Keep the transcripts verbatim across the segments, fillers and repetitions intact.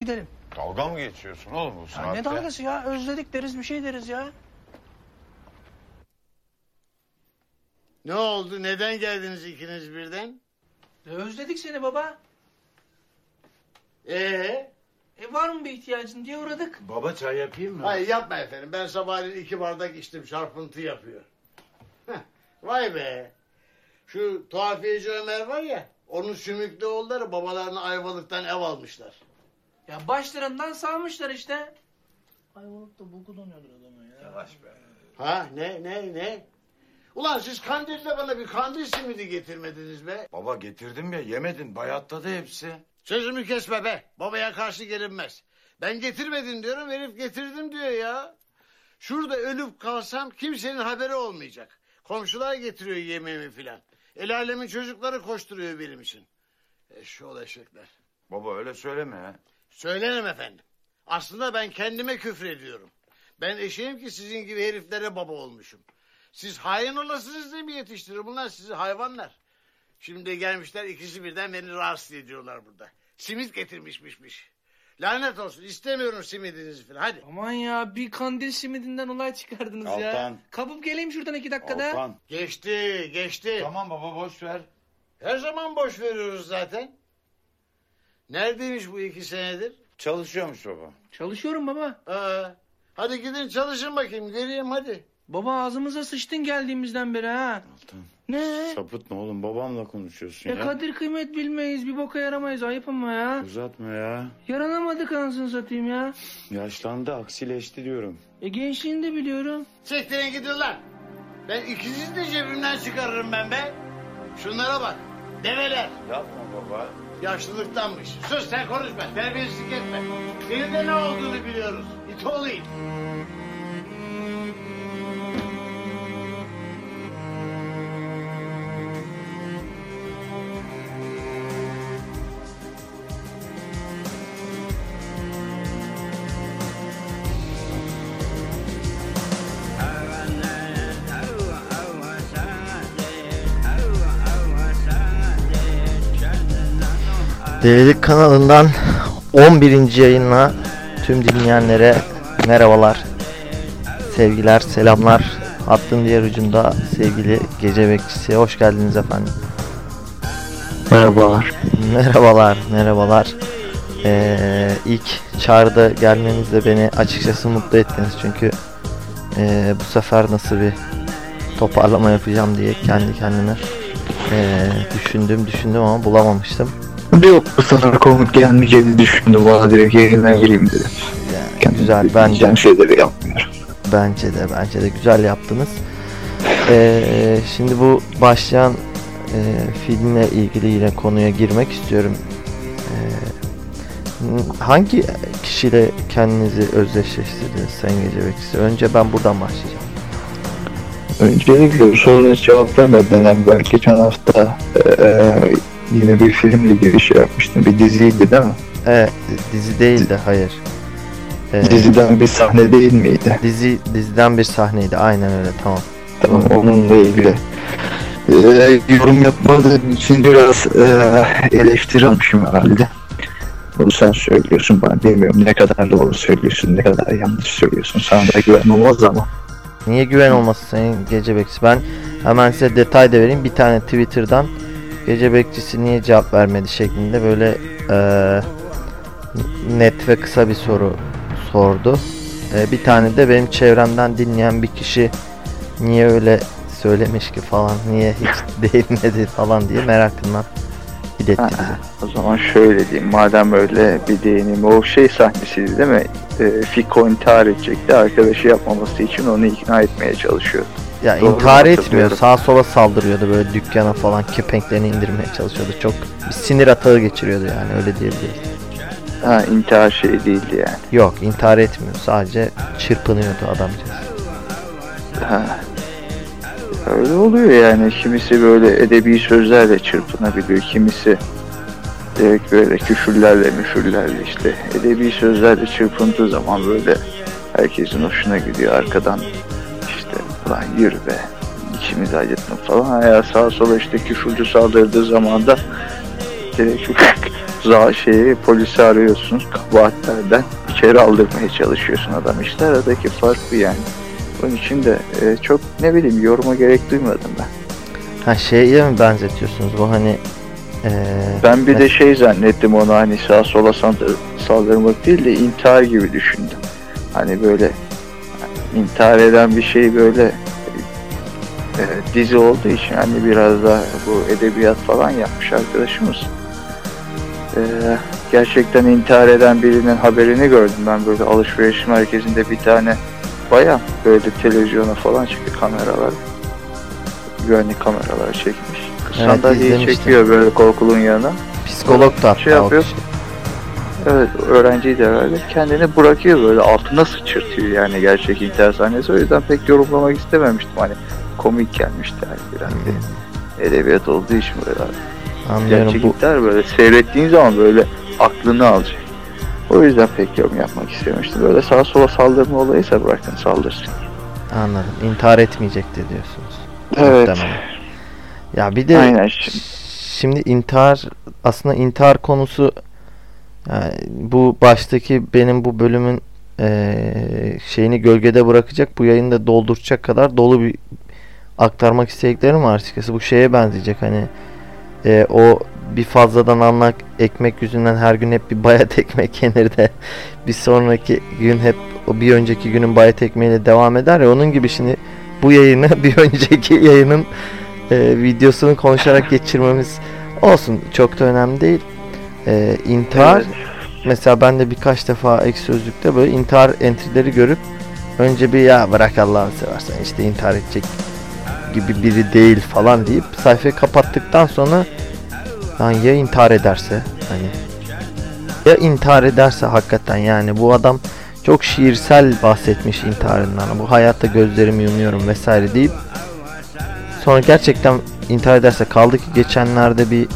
gidelim. Dalga mı geçiyorsun oğlum bu saatte? Ya ne dalgası ya? Özledik deriz, bir şey deriz ya. Ne oldu? Neden geldiniz ikiniz birden? E, özledik seni baba. Ee? E var mı bir ihtiyacın diye uğradık. Baba çay yapayım mı? Hayır yapma efendim. Ben sabahleyin iki bardak içtim. Çarpıntı yapıyor. Heh, vay be. Şu tuhafiyeci Ömer var ya. Onun sümüklü oğulları babalarını Ayvalık'tan ev almışlar. Ya başlarından salmışlar işte. Ayvalık'ta bu kullanıyordur adamı ya. Yavaş be. Ha ne ne ne? Ulan siz kandille bana bir kandil simidi getirmediniz be. Baba getirdim ya, yemedin, bayatladı hepsi. Sözümü kesme be. Babaya karşı gelinmez. Ben getirmedim diyorum, herif getirdim diyor ya. Şurada ölüp kalsam kimsenin haberi olmayacak. Komşular getiriyor yemeğimi filan. El alemin çocukları koşturuyor benim için. Eşşoğlu eşekler. Baba öyle söyleme ya. Söylenem efendim. Aslında ben kendime küfrediyorum. Ben eşeğim ki sizin gibi heriflere baba olmuşum. Siz hain olasınız diye mi yetiştirir bunlar sizi hayvanlar? Şimdi gelmişler ikisi birden beni rahatsız ediyorlar burada. Simit getirmişmişmiş. Lanet olsun, istemiyorum simidinizi falan, hadi. Aman ya, bir kandil simidinden olay çıkardınız Altan. ya. Kapıp geleyim şuradan iki dakikada. Altan. Geçti geçti. Tamam baba boş ver. Her zaman boş veriyoruz zaten. Neredeymiş bu iki senedir? Çalışıyormuş baba. Çalışıyorum baba. Aa, hadi gidin çalışın bakayım, göreyim hadi. Baba ağzımıza sıçtın geldiğimizden beri ha. Altan. Ne? Sapıtma oğlum, babamla konuşuyorsun Ya ya. kadir kıymet bilmeyiz, bir boka yaramayız, ayıp ama ya. Uzatma ya. Yaranamadık anasını satayım ya. Yaşlandı, aksileşti diyorum. E gençliğini de biliyorum. Sektirin gidin lan. Ben ikinizi de cebimden çıkarırım ben be. Şunlara bak, develer. Yapma baba. Yaşlılıktanmış. Sus sen konuşma, terbiyesizlik etme. Senin de ne olduğunu biliyoruz. İt oğlu it. Delilik kanalından on birinci yayınla tüm dinleyenlere merhabalar, sevgiler, selamlar. Hattın diğer ucunda sevgili gece bekçisi, hoş geldiniz efendim. Merhabalar. Merhabalar, merhabalar. Ee, ilk çağrıda gelmenizle beni açıkçası mutlu ettiniz çünkü e, bu sefer nasıl bir toparlama yapacağım diye kendi kendime e, düşündüm düşündüm ama bulamamıştım. Yok, bu sefer komut gelmeyeceğini düşündüm. Bana direkt yerinden gireyim dedim. Yani güzel, bence şeyleri yapmıyorum. Bence de bence de güzel yaptınız. Ee, şimdi bu başlayan e, filmle ilgili yine konuya girmek istiyorum. Ee, hangi kişiyle kendinizi özdeşleştirdiniz Sayın Gece Bekçisi? Önce ben buradan başlayacağım. Öncelikle bu sorunuza cevap vermeden evvel geçen hafta e, yine bir filmle giriş yapmıştım. Bir diziydi değil mi? Evet, dizi değildi, hayır. Ee, Diziden bir sahne değil miydi? Dizi diziden bir sahneydi, aynen öyle, tamam. Tamam, onunla ilgili e, yorum yapmadığım için biraz e, eleştiri almışım herhalde. Bunu sen söylüyorsun, ben bilmiyorum ne kadar doğru söylüyorsun, ne kadar yanlış söylüyorsun. Sana da güven olmaz ama. Niye güven olmasın Sayın Gece Bekçisi? Ben hemen size detay da vereyim. Bir tane Twitter'dan Gece Bekçisi niye cevap vermedi şeklinde böyle e, net ve kısa bir soru sordu. E, bir tane de benim çevremden dinleyen bir kişi niye öyle söylemiş ki falan, niye hiç değinmedi falan diye merakından iletti bize. O zaman şöyle diyeyim, madem öyle bir değineyim, o şey sahnesiydi değil mi? E, Fiko intihar edecekti, arkadaşı yapmaması için onu ikna etmeye çalışıyordu. Ya Doğru intihar etmiyor, sağa sola saldırıyordu, böyle dükkana falan kepenklerini indirmeye çalışıyordu. Çok bir sinir atağı geçiriyordu yani, öyle diyebiliriz. Ha, intihar şey değildi yani. Yok, intihar etmiyor, sadece çırpınıyordu adamcağız. Ha. Öyle oluyor yani, kimisi böyle edebi sözlerle çırpınabiliyor, kimisi direkt böyle küfürlerle müfürlerle, işte edebi sözlerle çırpındığı zaman böyle herkesin hoşuna gidiyor, arkadan işte ulan yürü be, içimizi acıttın falan. Ya sağa sola işte küfürlü saldırdığı zaman da direkt za şeyi polisi arıyorsun, kabahatlerden içeri aldırmaya çalışıyorsun adam, işte aradaki fark bu yani. Onun için de e, çok ne bileyim yoruma gerek duymadım ben. Ha şeye mi benzetiyorsunuz bu hani ee, Ben bir mes- de şey zannettim onu, hani sağa sola saldır, saldırmak değil de intihar gibi düşündüm. Hani böyle intihar eden bir şey böyle e, dizi olduğu için hani biraz da bu edebiyat falan yapmış arkadaşımız. E, gerçekten intihar eden birinin haberini gördüm ben, böyle alışveriş merkezinde bir tane bayan böyle televizyona falan çıktı, kameralar, güvenlik kameraları çekmiş. Kız Evet, sandalyeyi izlemiştim. çekiyor böyle korkulun yanına. psikolog da hatta Şey o yapıyor. kişi. Evet, öğrenciydi herhalde. Kendini bırakıyor böyle, altına sıçırtıyor yani gerçek intihar sahnesi. O yüzden pek yorumlamak istememiştim. Hani komik gelmişti yani biraz. Hmm. Edebiyat olduğu için böyle. Anlıyorum Gerçek bu. intihar böyle seyrettiğin zaman böyle aklını alacak. O yüzden pek yorum yapmak istememiştim. Böyle sağa sola saldırma olayıysa bırakın saldırsın. Anladım. İntihar etmeyecekti diyorsunuz. Evet. Muhtemelen. Ya bir de Aynen. Şimdi, şimdi intihar, aslında intihar konusu yani bu baştaki benim bu bölümün eee, şeyini gölgede bırakacak, bu yayını da dolduracak kadar dolu bir aktarmak istediklerim var açıkçası. Bu şeye benzeyecek hani eee, o bir fazladan alınan ekmek yüzünden her gün hep bir bayat ekmek yenir de bir sonraki gün hep o bir önceki günün bayat ekmeğiyle devam eder ya, onun gibi şimdi bu yayını bir önceki yayının eee, videosunu konuşarak geçirmemiz olsun, çok da önemli değil. Eee intihar, evet. mesela ben de birkaç defa Ekşi Sözlük'te böyle intihar entry'leri görüp önce bir ya bırak Allah'ını seversen işte intihar edecek gibi biri değil falan deyip sayfayı kapattıktan sonra lan ya intihar ederse, hani ya intihar ederse hakikaten, yani bu adam çok şiirsel bahsetmiş intiharından, bu hayatta gözlerimi yumuyorum vesaire deyip sonra gerçekten intihar ederse, kaldı ki geçenlerde bir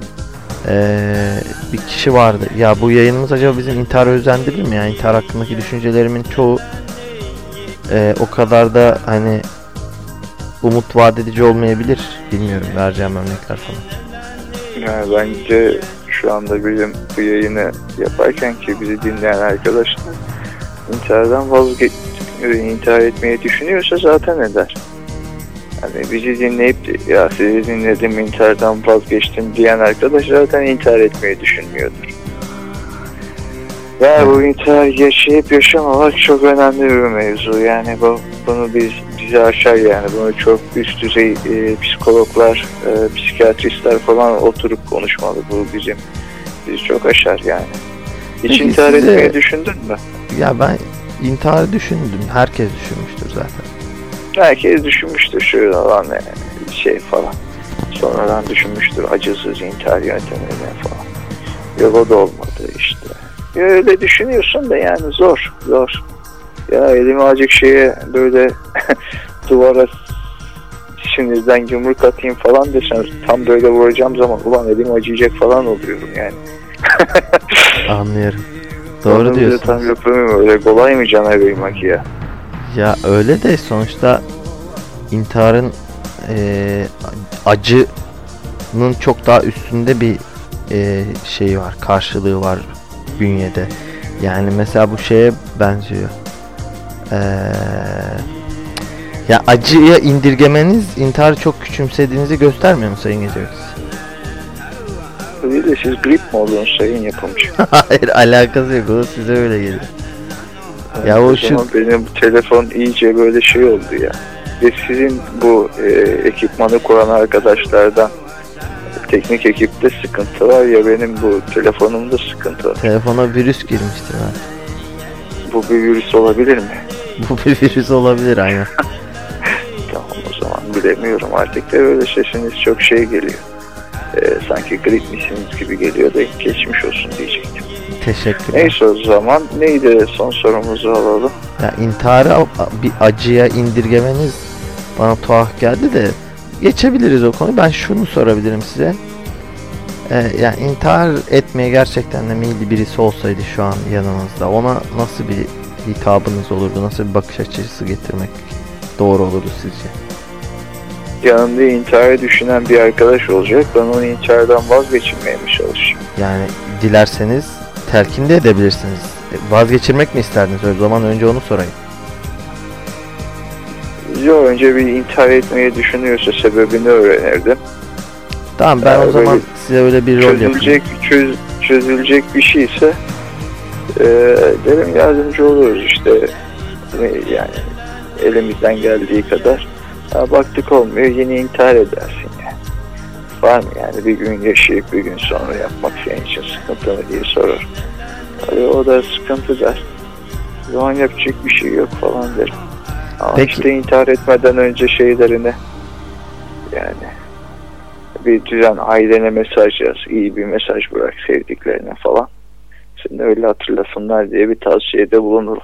Ee, bir kişi vardı. Ya bu yayınımız acaba bizim intihara özendirir mi? Yani intihar hakkındaki düşüncelerimin çoğu e, o kadar da hani umut vaat edici olmayabilir. Bilmiyorum, vereceğim örnekler falan. Yani bence şu anda bizim bu yayını yaparken ki bizi dinleyen arkadaşlar intihardan vazgeç, intihar etmeyi düşünüyorsa zaten eder. Yani bizi dinleyip de, ya sizi dinledim intihardan vazgeçtim diyen arkadaş zaten intihar etmeyi düşünmüyordur. Yani bu intihar yaşayıp yaşamamak çok önemli bir mevzu. Yani bu, bunu biz bizi aşar yani. Bunu çok üst düzey e, psikologlar, e, psikiyatristler falan oturup konuşmalı. Bu bizim bizi çok aşar yani. Hiç Peki intihar size- etmeyi düşündün mü? Ya ben intiharı düşündüm. Herkes düşünmüştür zaten. Herkes düşünmüştür şöyle olan yani şey falan. Sonradan düşünmüştür acısız intihar yöntemine falan. Yok o da olmadı işte. Ya öyle düşünüyorsun da yani zor, zor. Ya elimi acık şeye böyle duvara sinirden yumruk atayım falan desen tam böyle vuracağım zaman ulan elim acıyacak falan oluyorum yani. Anlıyorum. Doğru Onu bile diyorsun. tam yapamıyorum, öyle kolay mı cana kıymak ya? Ya öyle de sonuçta intiharın eee acının çok daha üstünde bir eee şeyi var, karşılığı var bünyede. Yani mesela bu şeye benziyor. Eee ya acıya indirgemeniz intiharı çok küçümsediğinizi göstermiyor mu Sayın Geceöksüz? Öyle de siz grip mi oldunuz sayın yapımcı? Hayır, alakası yok, o size öyle geliyor. Ya o o şu- zaman benim telefon iyice böyle şey oldu ya. Ve sizin bu e, ekipmanı kuran arkadaşlardan teknik ekipte sıkıntı var ya, benim bu telefonumda sıkıntı var. Telefona virüs girmiştir ha. Bu bir virüs olabilir mi? Bu bir virüs olabilir aynen. Tamam, o zaman bilemiyorum artık da böyle sesiniz çok şey geliyor. E, sanki grip misiniz gibi geliyor da geçmiş olsun diyecektim. Teşekkürler. Neyse o zaman neydi son sorumuzu alalım. Ya intiharı a- bir acıya indirgemeniz bana tuhaf geldi de geçebiliriz o konuyu. Ben şunu sorabilirim size. Ee, yani intihar etmeye gerçekten de meyilli birisi olsaydı şu an yanınızda, ona nasıl bir hitabınız olurdu? Nasıl bir bakış açısı getirmek doğru olurdu sizce? Yanımda intiharı düşünen bir arkadaş olacak. Ben onu intihardan vazgeçirmeye mi çalışayım? Yani dilerseniz telkin de edebilirsiniz. E, vazgeçirmek mi isterdiniz? O zaman önce onu sorayım. Yok, önce bir intihar etmeyi düşünüyorsa sebebini öğrenirdim. Tamam, ben Yani o zaman böyle size öyle bir rol yapayım. Çözülecek, çöz, çözülecek bir şeyse e, derim yardımcı oluruz işte. Yani elimizden geldiği kadar. Ha, baktık olmuyor, yine intihar edersin yani. Var mı yani bir gün yaşayıp bir gün sonra yapmak senin için sıkıntı mı diye sorar. Tabii o da sıkıntı der. O zaman yapacak bir şey yok falan derim. Ama Peki. işte intihar etmeden önce şeylerine yani bir düzen ailene mesaj yaz, iyi bir mesaj bırak sevdiklerine falan. Seni öyle hatırlasınlar diye bir tavsiyede bulunurum.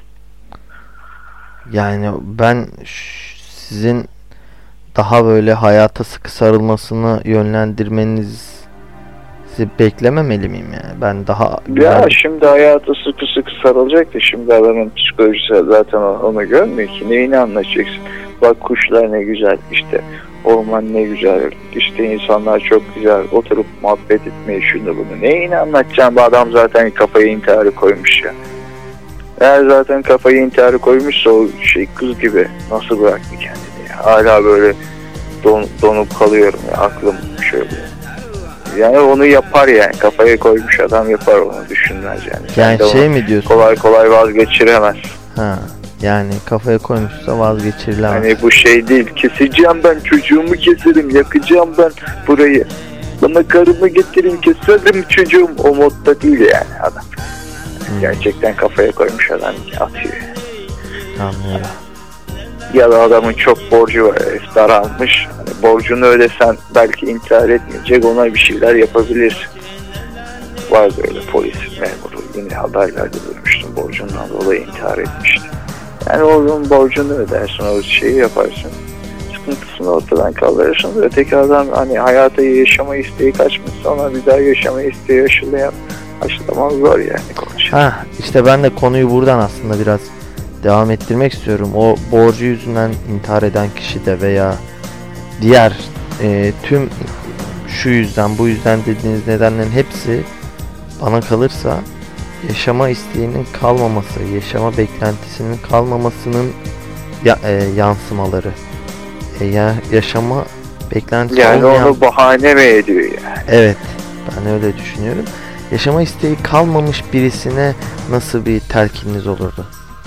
Yani ben ş- sizin daha böyle hayata sıkı sarılmasını yönlendirmenizi beklememeli miyim yani? Ben daha Ya yani- şimdi hayata sıkı sıkı sarılacak da şimdi adamın psikolojisi zaten onu görmüyor ki. Neyini anlatacaksın? Bak kuşlar ne güzel, işte orman ne güzel, işte insanlar çok güzel, oturup muhabbet etmeyi şunu bunu. Neyini anlatacağım, bu adam zaten kafayı intiharı koymuş ya. Eğer zaten kafayı intiharı koymuşsa o şey kız gibi nasıl bıraktı kendini ya. Hala böyle don, donup kalıyorum ya, aklım şöyle. Yani onu yapar yani, kafaya koymuş adam yapar, onu düşünmez yani. Sen yani de şey onu mi diyorsun? kolay kolay vazgeçiremez. Ha, yani kafaya koymuşsa vazgeçirilemez. Hani bu şey değil, keseceğim ben çocuğumu, keserim, yakacağım ben burayı. Bana karımı getirin, keserim çocuğum. O modda değil yani adam. Hmm, Gerçekten kafaya koymuş adam atıyor. anlıyorum. Ya da adamın çok borcu var, herif daralmış. Hani borcunu ödesen belki intihar etmeyecek, ona bir şeyler yapabilirsin. Var böyle polis memuru, yine haberlerde duymuştum, borcundan dolayı intihar etmişti. Yani onun borcunu ödersin, o şeyi yaparsın. Sıkıntısını ortadan kaldırırsın. Öteki adam hani hayata yaşama isteği kaçmışsa ona bir daha yaşama isteği aşılayan, aşılaman zor yani konuşuyor. Ha, işte ben de konuyu buradan aslında biraz devam ettirmek istiyorum. O borcu yüzünden intihar eden kişi de veya diğer e, tüm şu yüzden bu yüzden dediğiniz nedenlerin hepsi bana kalırsa yaşama isteğinin kalmaması, yaşama beklentisinin kalmamasının ya, e, yansımaları. E, ya, yaşama beklentisi Yani olmayan... onu bahane mi ediyor yani? Evet, ben öyle düşünüyorum. Yaşama isteği kalmamış birisine nasıl bir telkininiz olurdu?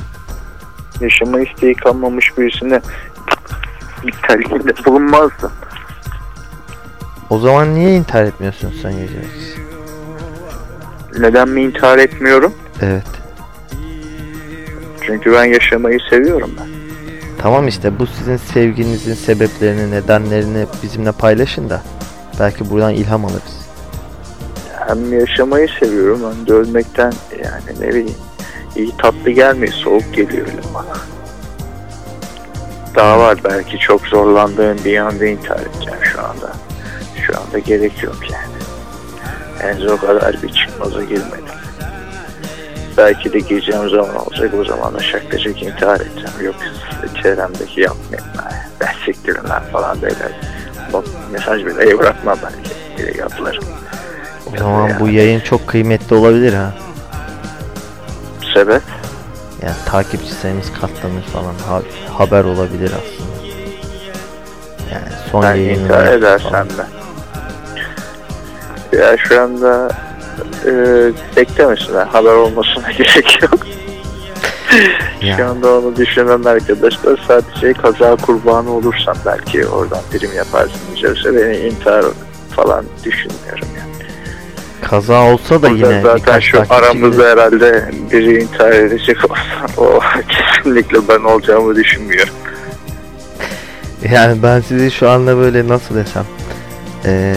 Yaşama isteği kalmamış birisine bir telkinde bulunmazdı. O zaman niye intihar etmiyorsun sen gece? Neden mi intihar etmiyorum? Evet. Çünkü ben yaşamayı seviyorum ben. Tamam işte bu sizin sevginizin sebeplerini, nedenlerini bizimle paylaşın da belki buradan ilham alırız. Hem yaşamayı seviyorum hem de ölmekten yani ne bileyim iyi tatlı gelmiyor, soğuk geliyor öyle bana. Daha var belki çok zorlandığım bir anda intihar edeceğim şu anda. Şu anda gerek yok yani. Henüz o kadar bir çıkmaza girmedim. Belki de gireceğim zaman olacak, o zaman da şakacak intihar edeceğim. Yok çevremdeki yapmayayım ben. Ben siktirim lan falan böyle. Bak mesaj bile bırakmam belki. Direkt atlarım. O zaman Yani. bu yayın çok kıymetli olabilir ha. Sebep? Yani takipçi sayımız katlanır falan, ha- haber olabilir aslında. Yani son Ben yayını intihar falan. edersem de. Ya şu anda e, beklemesinler. Haber olmasına gerek yok. Ya. Şu anda onu düşünen arkadaşlar sadece kaza kurbanı olursam belki oradan prim yaparsın diyecekse beni intihar falan düşünmüyorum yani. Kaza olsa da Burada yine zaten birkaç şu takipçi aramızda gelir. herhalde biri intihar edecek olsa o kesinlikle ben olacağımı düşünmüyorum. Yani ben sizi şu anda böyle nasıl desem ee,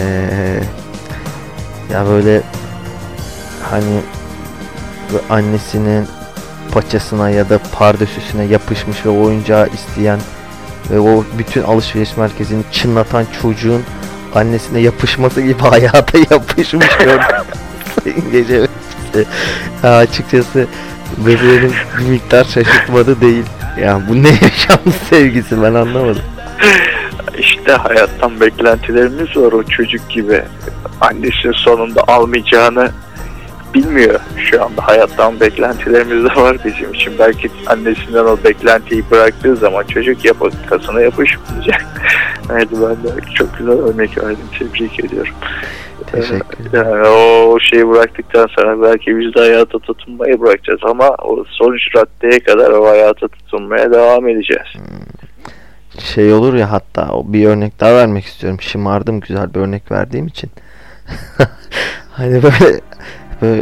ya böyle hani böyle annesinin paçasına ya da pardösüsüne yapışmış ve oyuncağı isteyen ve o bütün alışveriş merkezini çınlatan çocuğun annesine yapışması gibi hayata yapışmış gördüm. Sayın Gece işte, açıkçası bebeğim bir miktar şaşırtmadı değil. Yani bu ne yaşam sevgisi ben anlamadım. İşte hayattan beklentilerimiz var, o çocuk gibi. Annesi sonunda almayacağını bilmiyor şu anda. Hayattan beklentilerimiz de var bizim için. Belki annesinden o beklentiyi bıraktığı zaman çocuk yap kasına yapışmayacak. Evet, ben de çok güzel örnek verdim. Tebrik ediyorum. Teşekkür ederim. Yani o şeyi bıraktıktan sonra belki biz de hayata tutunmayı bırakacağız ama o sonuç raddeye kadar o hayata tutunmaya devam edeceğiz. Şey olur ya, hatta o bir örnek daha vermek istiyorum. Şımardım güzel bir örnek verdiğim için. Hani böyle, böyle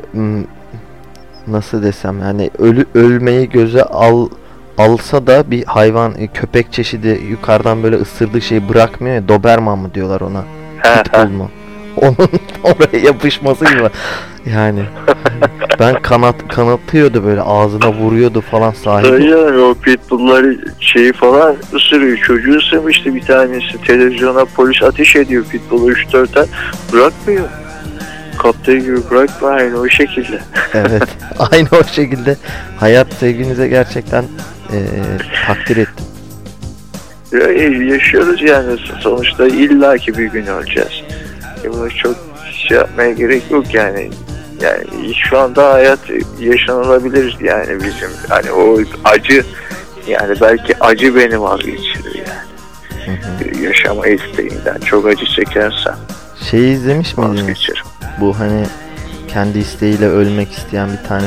nasıl desem, yani ölü ölmeyi göze al alsa da bir hayvan, köpek çeşidi yukarıdan böyle ısırdığı şeyi bırakmıyor ya, Doberman mı diyorlar ona, pitbull mu? Onun oraya yapışması gibi. Yani ben kanat kanatıyordu, böyle ağzına vuruyordu falan sahibi. Yani o pitbullları şeyi falan ısırıyor. Çocuğu ısırmıştı bir tanesi. Televizyona polis ateş ediyor pitbullu üç dört tane. Bırakmıyor. Kaptığı gibi bırakma, aynı o şekilde. Evet. Aynı o şekilde. Hayat sevginize gerçekten e, takdir ettim. Ya, yaşıyoruz yani, sonuçta illaki bir gün öleceğiz. E bunu çok şey yapmaya gerek yok yani. Yani şu anda hayat yaşanılabilir yani bizim. Hani o acı, yani belki acı beni vazgeçirir yani. Hı hı. Yaşama isteğinden çok acı çekersem. Şeyi izlemiş miydiniz? Vazgeçerim. Bu hani kendi isteğiyle ölmek isteyen bir tane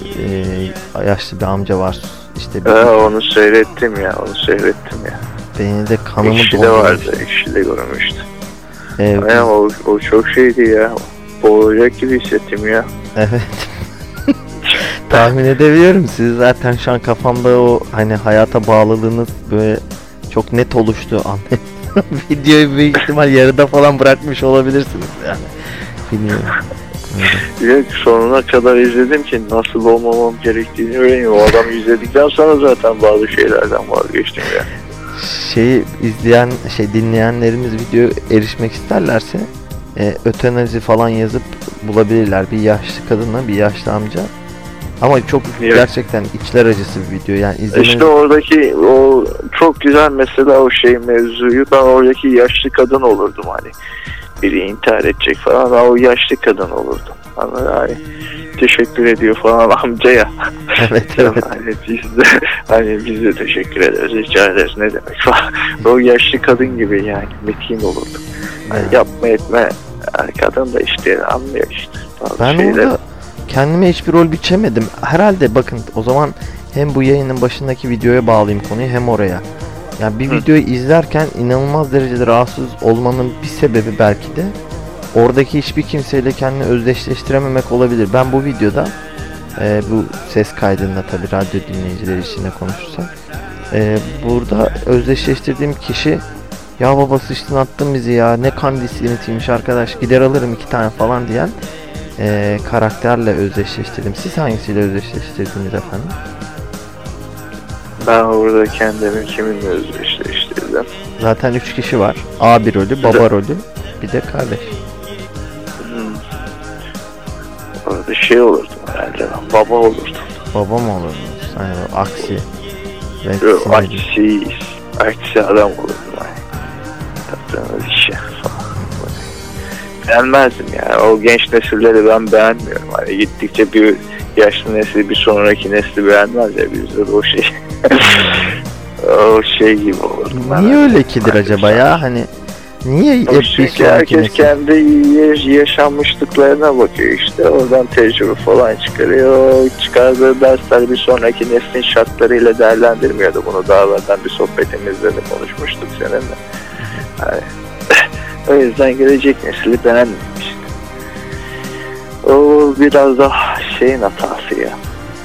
e, yaşlı bir amca var. İşte bir, ha, onu seyrettim ya, onu seyrettim ya. Beni de kanımı Ekşi de vardı, Ekşi de görmüştü. Evet. Aynen, o, o çok şeydi ya. Boğulacak gibi hissettim ya. Evet. Tahmin edebiliyorum. Siz zaten şu an kafamda o hani hayata bağlılığınız böyle çok net oluştu. Videoyu büyük ihtimal yarıda falan bırakmış olabilirsiniz yani. Bilmiyorum. Evet, sonuna kadar izledim ki nasıl olmamam gerektiğini öğreniyorum. O adamı izledikten sonra zaten bazı şeylerden vazgeçtim ya. Şeyi izleyen, şey dinleyenlerimiz video erişmek isterlerse e, ötenazi falan yazıp bulabilirler. Bir yaşlı kadınla bir yaşlı amca. Ama çok evet, gerçekten içler acısı bir video yani. İzlemeniz... İşte oradaki o çok güzel mesela o şey mevzuyu, ben oradaki yaşlı kadın olurdum hani. Biri intihar edecek falan, o yaşlı kadın olurdum. Hani teşekkür ediyor falan amcaya. Evet, evet. Hani biz de, hani biz de teşekkür ederiz, rica ederiz, ne demek falan. O yaşlı kadın gibi yani metin olurdum. Hani yapma etme, yani kadın da işte anlıyor işte. Ben şeyler... orada kendime hiçbir rol biçemedim. Herhalde bakın o zaman hem bu yayının başındaki videoya bağlayayım konuyu hem oraya. Yani bir Hı. videoyu izlerken inanılmaz derecede rahatsız olmanın bir sebebi belki de oradaki hiçbir kimseyle kendini özdeşleştirememek olabilir. Ben bu videoda e, bu ses kaydında tabii radyo dinleyicileri için de konuşursak e, burada özdeşleştirdiğim kişi, ya baba sıçtın attın bizi ya, ne kan disipliniymiş arkadaş, gider alırım iki tane falan diyen e, karakterle özdeşleştirdim. Siz hangisiyle özdeşleştirdiniz efendim? Ben orada kendimi kiminle özdeşleştirdim? Zaten üç kişi var. Abi rolü, baba rolü, bir de kardeş. Hmm. Orada şey olurdum herhalde, ben baba olurdum. Baba mı olurdunuz? Hani o aksi. Yok, aksi, aksi adam olurdum hani. Yaptığınız işe falan. Beğenmezdim yani. O genç nesilleri ben beğenmiyorum. Hani gittikçe bir yaşlı nesli bir sonraki nesli beğenmez ya, bizde de o şey. O şey gibi olur. Niye öyle kidir acaba ya? Hani niye hep bir sonraki herkes nesil? kendi yaşanmışlıklarına bakıyor işte. Oradan tecrübe falan çıkarıyor. Çıkardığı dersler bir sonraki neslin şartlarıyla değerlendirmiyordu. Bunu daha evvelden bir sohbetimizde de konuşmuştuk seninle. Yani, o yüzden gelecek nesli beğenmemişti. O biraz da şeyin hatası ya.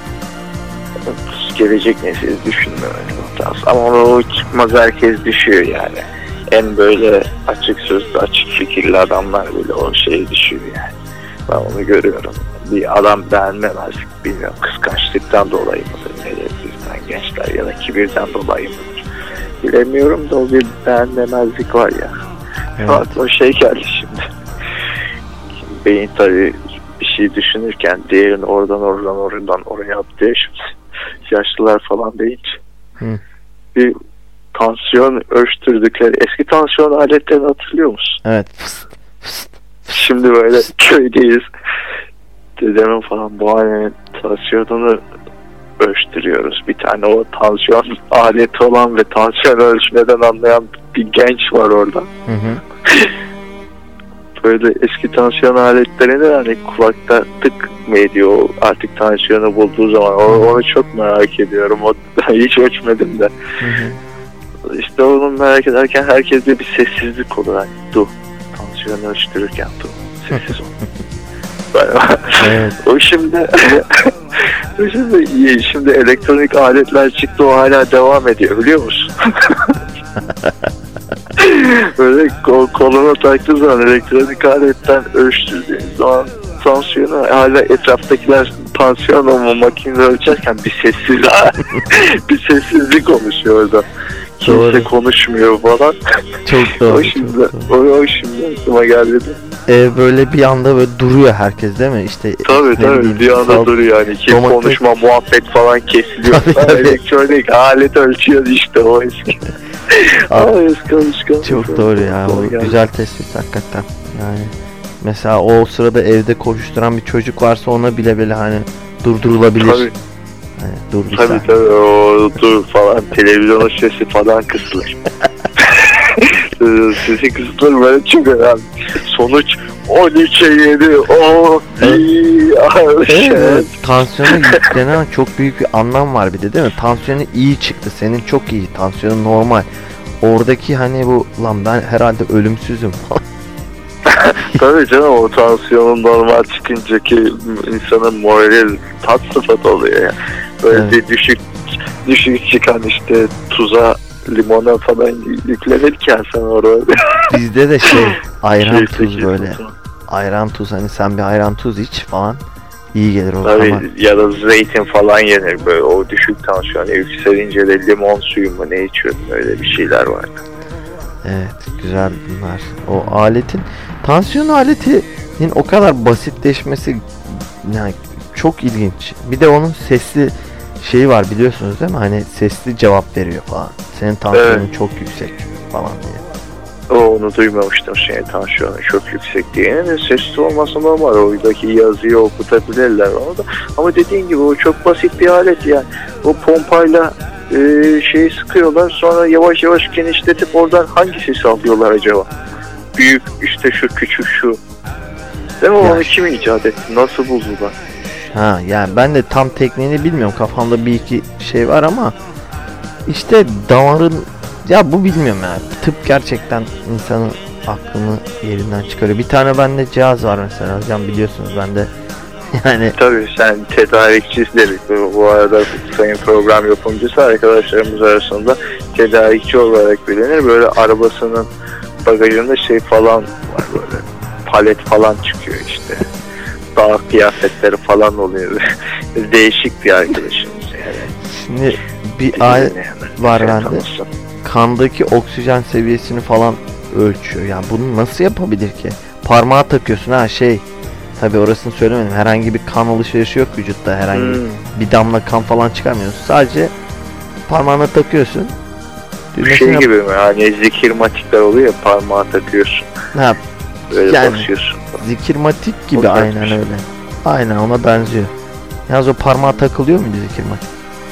Gelecek nesil düşünmemenin hatası. Ama o çıkmaz, herkes düşüyor yani. En böyle açık sözlü, açık fikirli adamlar bile o şeye düşüyor yani. Ben onu görüyorum. Bir adam beğenmemezlik, bilmiyorum, kıskançlıktan dolayı mıdır, nedir bizden gençler, ya da kibirden dolayı mıdır bilemiyorum da o bir beğenmemezlik var ya. Evet. Aklıma şey geldi şimdi. Şimdi beyin tabii bir şey düşünürken diğerini oradan oradan oradan oraya atlıyor şimdi. Yaşlılar falan deyince. Hı. Bir tansiyon ölçtürdükleri eski tansiyon aletlerini hatırlıyor musun? Evet. Şimdi böyle köydeyiz. dedemin falan babaannemin tansiyonunu ölçtürüyoruz. Bir tane o tansiyon aleti olan ve tansiyon ölçmeden anlayan bir genç var orada. Hı hı. Böyle eski tansiyon aletlerinde hani kulakta tık mı ediyor artık tansiyonu bulduğu zaman. Onu, onu çok merak ediyorum. O, hiç ölçmedim de. Hı hı. İşte onu merak ederken herkeste bir sessizlik olur. Hani, dur. Tansiyonu ölçtürürken dur. Sessiz ol. Evet. O şimdi o şimdi iyi. Şimdi elektronik aletler çıktı, o hala devam ediyor biliyor musun? Böyle kol, koluna taktığı zaman elektronik aletten ölçtürdüğün zaman tansiyonu, hala etraftakiler tansiyon olma makineleri ölçerken bir sessiz bir sessizlik oluşuyor orada. Kimse Doğru. konuşmuyor falan. Çok doğru. O şimdi, çok doğru. o, o şimdi aklıma geldi. Ee, böyle bir anda böyle duruyor herkes değil mi? İşte Tabii ne tabii bileyim, bir anda sal- duruyor yani. Kim domates- konuşma, muhabbet falan kesiliyor. Tabii, Ha, tabii. elektronik alet ölçüyor işte o eski. Abi, Aa, eski alışkanlık. Çok doğru ya. O Yani. güzel tespit hakikaten. Yani mesela o sırada evde koşturan bir çocuk varsa ona bile bile hani durdurulabilir. Tabii. Hani dur bir Tabii saniye. tabii o dur falan televizyonun sesi falan kısılır. Sesi kısılır böyle çok önemli. Sonuç on üçe yedi o iyi. Evet, evet. Tansiyonu yüklenen çok büyük bir anlam var bir de değil mi? Tansiyonu iyi çıktı. Senin çok iyi. Tansiyonun normal. Oradaki hani bu lan ben herhalde ölümsüzüm. Tabii canım o tansiyonun normal çıkınca ki insanın morali tat sıfat oluyor ya. Böyle Evet. bir düşük düşük çıkan işte tuza limona falan yüklenirken sen orada Bizde de şey ayran Şey, tuz sekiz böyle. tuzu. Ayran tuz hani sen bir ayran tuz iç falan. İyi gelir o Tabii zaman. ya da zeytin falan yenir böyle o düşük tansiyon yükselince de limon suyu mu ne içiyordun öyle bir şeyler vardı. Evet güzel bunlar. O aletin tansiyon aletinin o kadar basitleşmesi yani çok ilginç. Bir de onun sesli şeyi var biliyorsunuz değil mi? Hani sesli cevap veriyor falan. Senin tansiyonun Evet. çok yüksek falan diye. O onu duymamıştım senin tansiyonun çok yüksek diye. Yani sesli olması normal. Oradaki yazıyı okutabilirler onu da. Ama dediğin gibi o çok basit bir alet yani. O pompayla e, şeyi sıkıyorlar sonra yavaş yavaş genişletip oradan hangi sesi alıyorlar acaba? Büyük işte şu küçük şu. Değil mi? Ya Onu şu- kim icat etti? Nasıl buldular? Ha yani ben de tam tekniğini bilmiyorum. Kafamda bir iki şey var ama işte damarın ya bu bilmiyorum ya. Tıp gerçekten insanın aklını yerinden çıkarıyor. Bir tane bende cihaz var mesela hocam biliyorsunuz bende yani Tabii sen tedarikçi dedik. Bu arada sayın program yapımcısı arkadaşlarımız arasında tedarikçi olarak bilinir. Böyle arabasının bagajında şey falan var böyle. Palet falan çıkıyor işte. Dağ kıyafetleri falan oluyor. Değişik bir arkadaşımız yani. şimdi bir alet var bende. Kandaki oksijen seviyesini falan ölçüyor. Yani bunu nasıl yapabilir ki? Parmağa takıyorsun ha şey. Tabi orasını söylemedim. Herhangi bir kan alışverişi yok vücutta. Herhangi Hmm. bir damla kan falan çıkarmıyorsun. Sadece parmağına takıyorsun. Bu şey gibi mi? Hani zikirmatikler oluyor ya parmağa takıyorsun. Ha, Böyle Yani. basıyorsun. zikirmatik gibi O aynen takmış. öyle. Aynen ona benziyor. Yalnız o parmağa takılıyor muydu zikirmatik?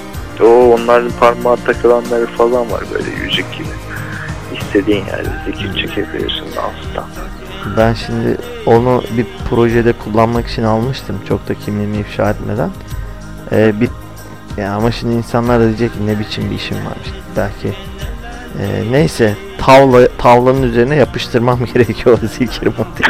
O onların parmağa takılanları falan var böyle yüzük gibi. İstediğin yerde zikir çekebiliyorsun danstan. Ben şimdi onu bir projede kullanmak için almıştım. Çok da kimliğimi ifşa etmeden. Ee, bir ya ama şimdi insanlar da diyecek ki ne biçim bir işim varmış. Belki e, neyse tavla tavlanın üzerine yapıştırmam gerekiyor o zikirmatik.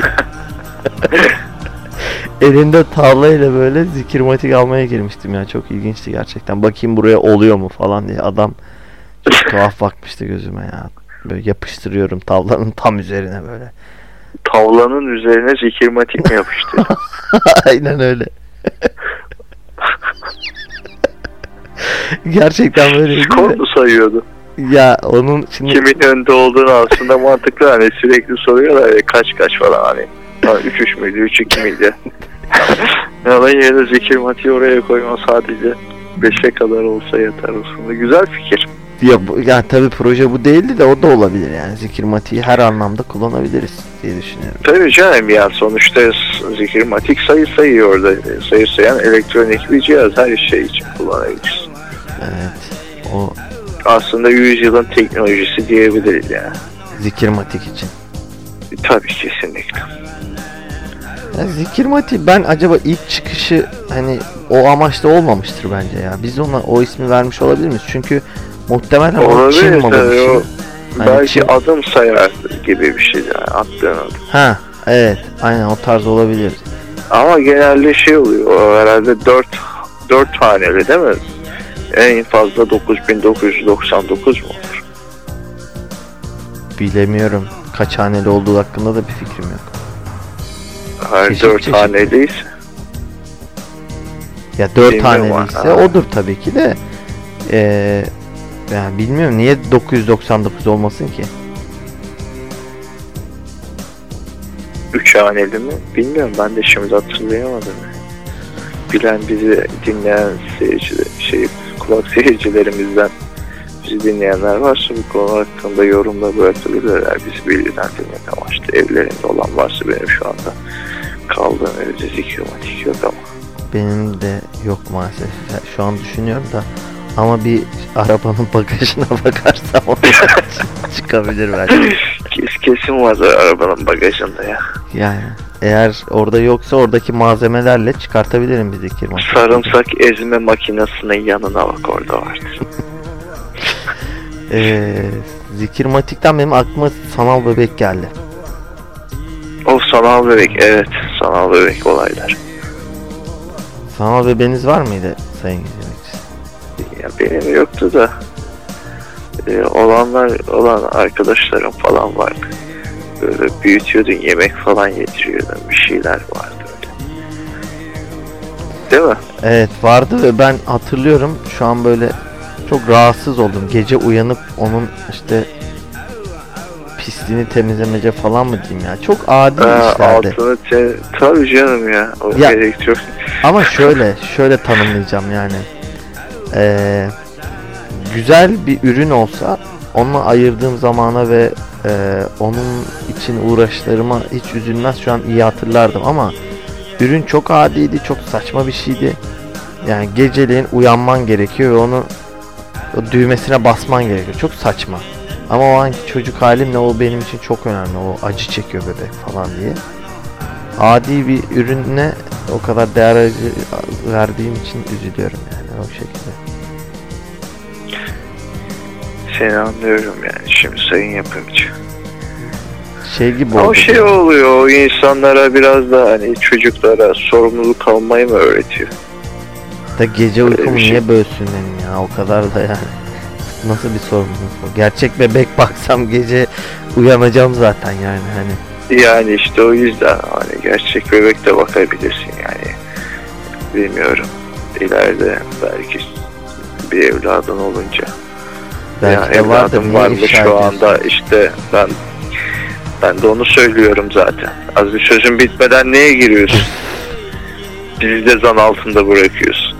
Elimde tavlayla böyle zikirmatik almaya girmiştim ya. Çok ilginçti gerçekten. Bakayım buraya oluyor mu falan diye. Adam çok tuhaf bakmıştı gözüme ya. Böyle yapıştırıyorum tavlanın tam üzerine böyle. Tavlanın üzerine zikirmatik mi yapıştı? Aynen öyle. Gerçekten böyle. Skor mu sayıyordu? Ya onun şimdi Kimin önde olduğunu aslında mantıklı hani sürekli soruyorlar ya kaç kaç falan hani. üç üç müydü, üç iki miydi? Ya ben yine de zikirmatiği oraya koyma sadece beşe kadar olsa yeter aslında. Güzel fikir. Ya, bu- yani tabii proje bu değildi de o da olabilir yani. Zikirmatiği her anlamda kullanabiliriz diye düşünüyorum. Tabii canım, yani sonuçta Zikirmatik sayı sayıyor orada. Sayı sayan elektronik bir cihaz, her şey için kullanabilirsin. Evet. O Aslında yüzyılın teknolojisi diyebiliriz yani. zikirmatik için. Tabii, kesinlikle. Ya zikirmatiği ben acaba ilk çıkışı hani o amaçla olmamıştır bence ya. Biz ona o ismi vermiş olabilir miyiz? Çünkü muhtemelen o Olabilir Çin malı tabii, bir şey. o Hani belki Çin- adım sayar gibi bir şey yani, attığın adım. Ha evet aynen o tarz olabilir. Ama genelde şey oluyor, o herhalde dört dört haneli değil mi? En fazla dokuz bin dokuz yüz doksan dokuz mu olur? Bilemiyorum. Kaç haneli olduğu hakkında da bir fikrim yok. Her Çeşit dört çeşit. haneliyse. Ya dört Bilmiyorum haneliyse ama. odur tabii ki de. Ee, yani bilmiyorum niye dokuz yüz doksan dokuz olmasın ki? Üç haneli mi? Bilmiyorum, ben de şimdi hatırlayamadım. Bilen, bizi dinleyen seyirciler, şey, kulak seyircilerimizden bizi dinleyenler varsa bu konu hakkında yorumda bırakabilirler. Bizi bilgilendirmek amaçlı. Evlerinde olan varsa, benim şu anda kaldığım evde zikirmatik yok ama. Benim de yok maalesef. Ya şu an düşünüyorum da ama bir arabanın bagajına bakarsam orada çıkabilir belki. Kes, kesin vardır arabanın bagajında ya. Yani eğer orada yoksa oradaki malzemelerle çıkartabilirim bir zikirmatik. Sarımsak ezme makinesinin yanına bak, orada vardır. Ee, zikirmatikten benim aklıma sanal bebek geldi. O sanal bebek, evet, sanal bebek olaylar. Sanal bebeğiniz var mıydı sayın izleyiciler? Ya benim yoktu da e, olanlar olan arkadaşlarım falan vardı. Böyle büyütüyordun, yemek falan yediriyordun, bir şeyler vardı öyle. Değil mi? Evet vardı ve ben hatırlıyorum şu an böyle çok rahatsız oldum. Gece uyanıp onun işte pisliğini temizlemece falan mı diyeyim ya. Çok adi Ha, işlerdi. altını te... Tabii canım ya. O Ya- gerek yok. Ama şöyle şöyle tanımlayacağım yani. Ee, güzel bir ürün olsa onunla ayırdığım zamana ve e, onun için uğraşlarıma hiç üzülmez, şu an iyi hatırlardım ama ürün çok adiydi, çok saçma bir şeydi. Yani geceleyin uyanman gerekiyor ve onu o düğmesine basman gerekiyor. Çok saçma. Ama o anki çocuk halimle o benim için çok önemli. O acı çekiyor bebek falan diye. Adi bir ürüne o kadar değer verdiğim için üzülüyorum yani o şekilde. Seni anlıyorum yani şimdi sayın yapımcı. Şey gibi Ama oldu. şey oluyor, o insanlara biraz da hani çocuklara sorumluluk almayı mı öğretiyor? Da gece Öyle uykumu bir şey. niye bölsün benim ya, o kadar da yani. Nasıl bir sorumluluk bu? Gerçek bebek baksam gece uyanacağım zaten yani hani. Yani işte o yüzden hani gerçek bebek de bakabilirsin yani. Bilmiyorum. İleride belki bir evladın olunca. Belki ya de vardır, evladım niye var mı ifşa şu ediyorsun? anda, işte ben ben de onu söylüyorum zaten. Az bir sözün bitmeden neye giriyorsun? Bizi de zan altında bırakıyorsun.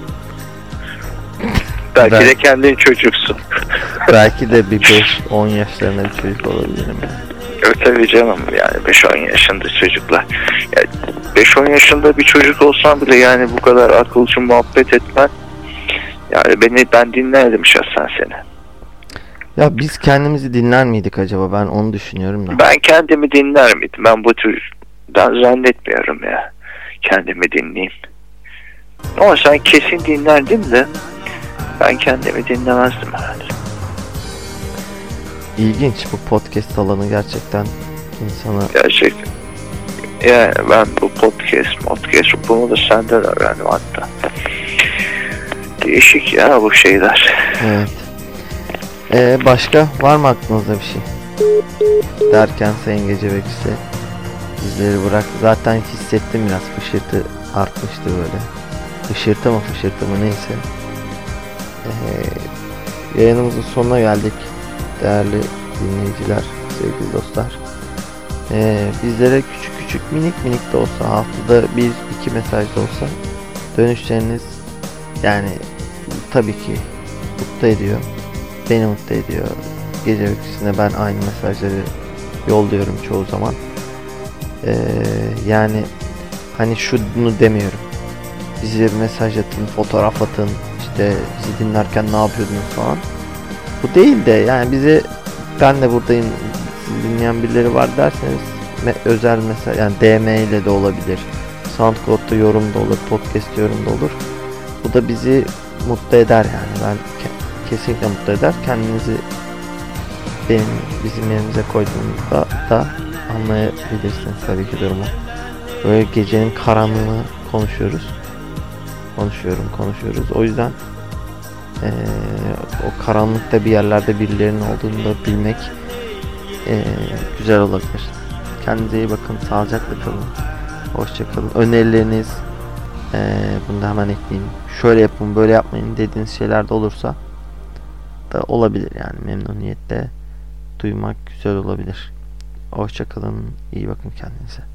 Belki Ben- de kendin çocuksun. Belki de bir beş on yaşlarında bir çocuk olabilirim yani. Evet tabii canım, yani beş on yaşında çocuklar. Yani beş on yaşında bir çocuk olsan bile yani bu kadar akılcı muhabbet etmen, yani beni ben dinlerdim şahsen seni. Ya biz kendimizi dinler miydik acaba, ben onu düşünüyorum da. Ben kendimi dinler miydim? Ben bu türden zannetmiyorum ya. Kendimi dinleyeyim. Ama sen kesin dinlerdin de ben kendimi dinlemezdim herhalde. İlginç bu podcast alanı gerçekten insana. Gerçekten. Yani ben bu podcast, podcast bunu da senden öğrendim hatta. Değişik ya bu şeyler. Evet. Ee, başka var mı aklınızda bir şey? Derken Sayın Gece Bekçisi bizleri bırak. Zaten hissettim, biraz fışırtı artmıştı böyle. Fışırtı mı fışırtı mı neyse. Ee, yayınımızın sonuna geldik. Değerli dinleyiciler, sevgili dostlar. Ee, bizlere küçük küçük minik minik de olsa, haftada bir iki mesaj da olsa dönüşleriniz yani tabii ki mutlu ediyor. beni mutlu ediyor. Gece uykusunda ben aynı mesajları yolluyorum çoğu zaman. Ee, yani hani şunu demiyorum. Bize mesaj atın, fotoğraf atın, işte bizi dinlerken ne yapıyordunuz falan. Bu değil de yani bize, ben de buradayım, sizi dinleyen birileri var derseniz me- özel mesaj, yani D M ile de olabilir. SoundCloud'da yorum da olur, podcast yorum da olur. Bu da bizi mutlu eder yani. Ben ke- kesinlikle mutlu eder. Kendinizi benim bizim yerimize koyduğunuzda da anlayabilirsiniz tabii ki durumu. Böyle gecenin karanlığını konuşuyoruz. Konuşuyorum, konuşuyoruz. O yüzden ee, o karanlıkta bir yerlerde birilerinin olduğunu da bilmek ee, güzel olabilir. Kendinize iyi bakın, sağlıcakla kalın. Hoşça kalın. Önerileriniz, ee, bunu da hemen ekleyeyim. Şöyle yapın, böyle yapmayın dediğiniz şeyler de olursa da olabilir yani, memnuniyetle duymak güzel olabilir. Hoşça kalın, iyi bakın kendinize.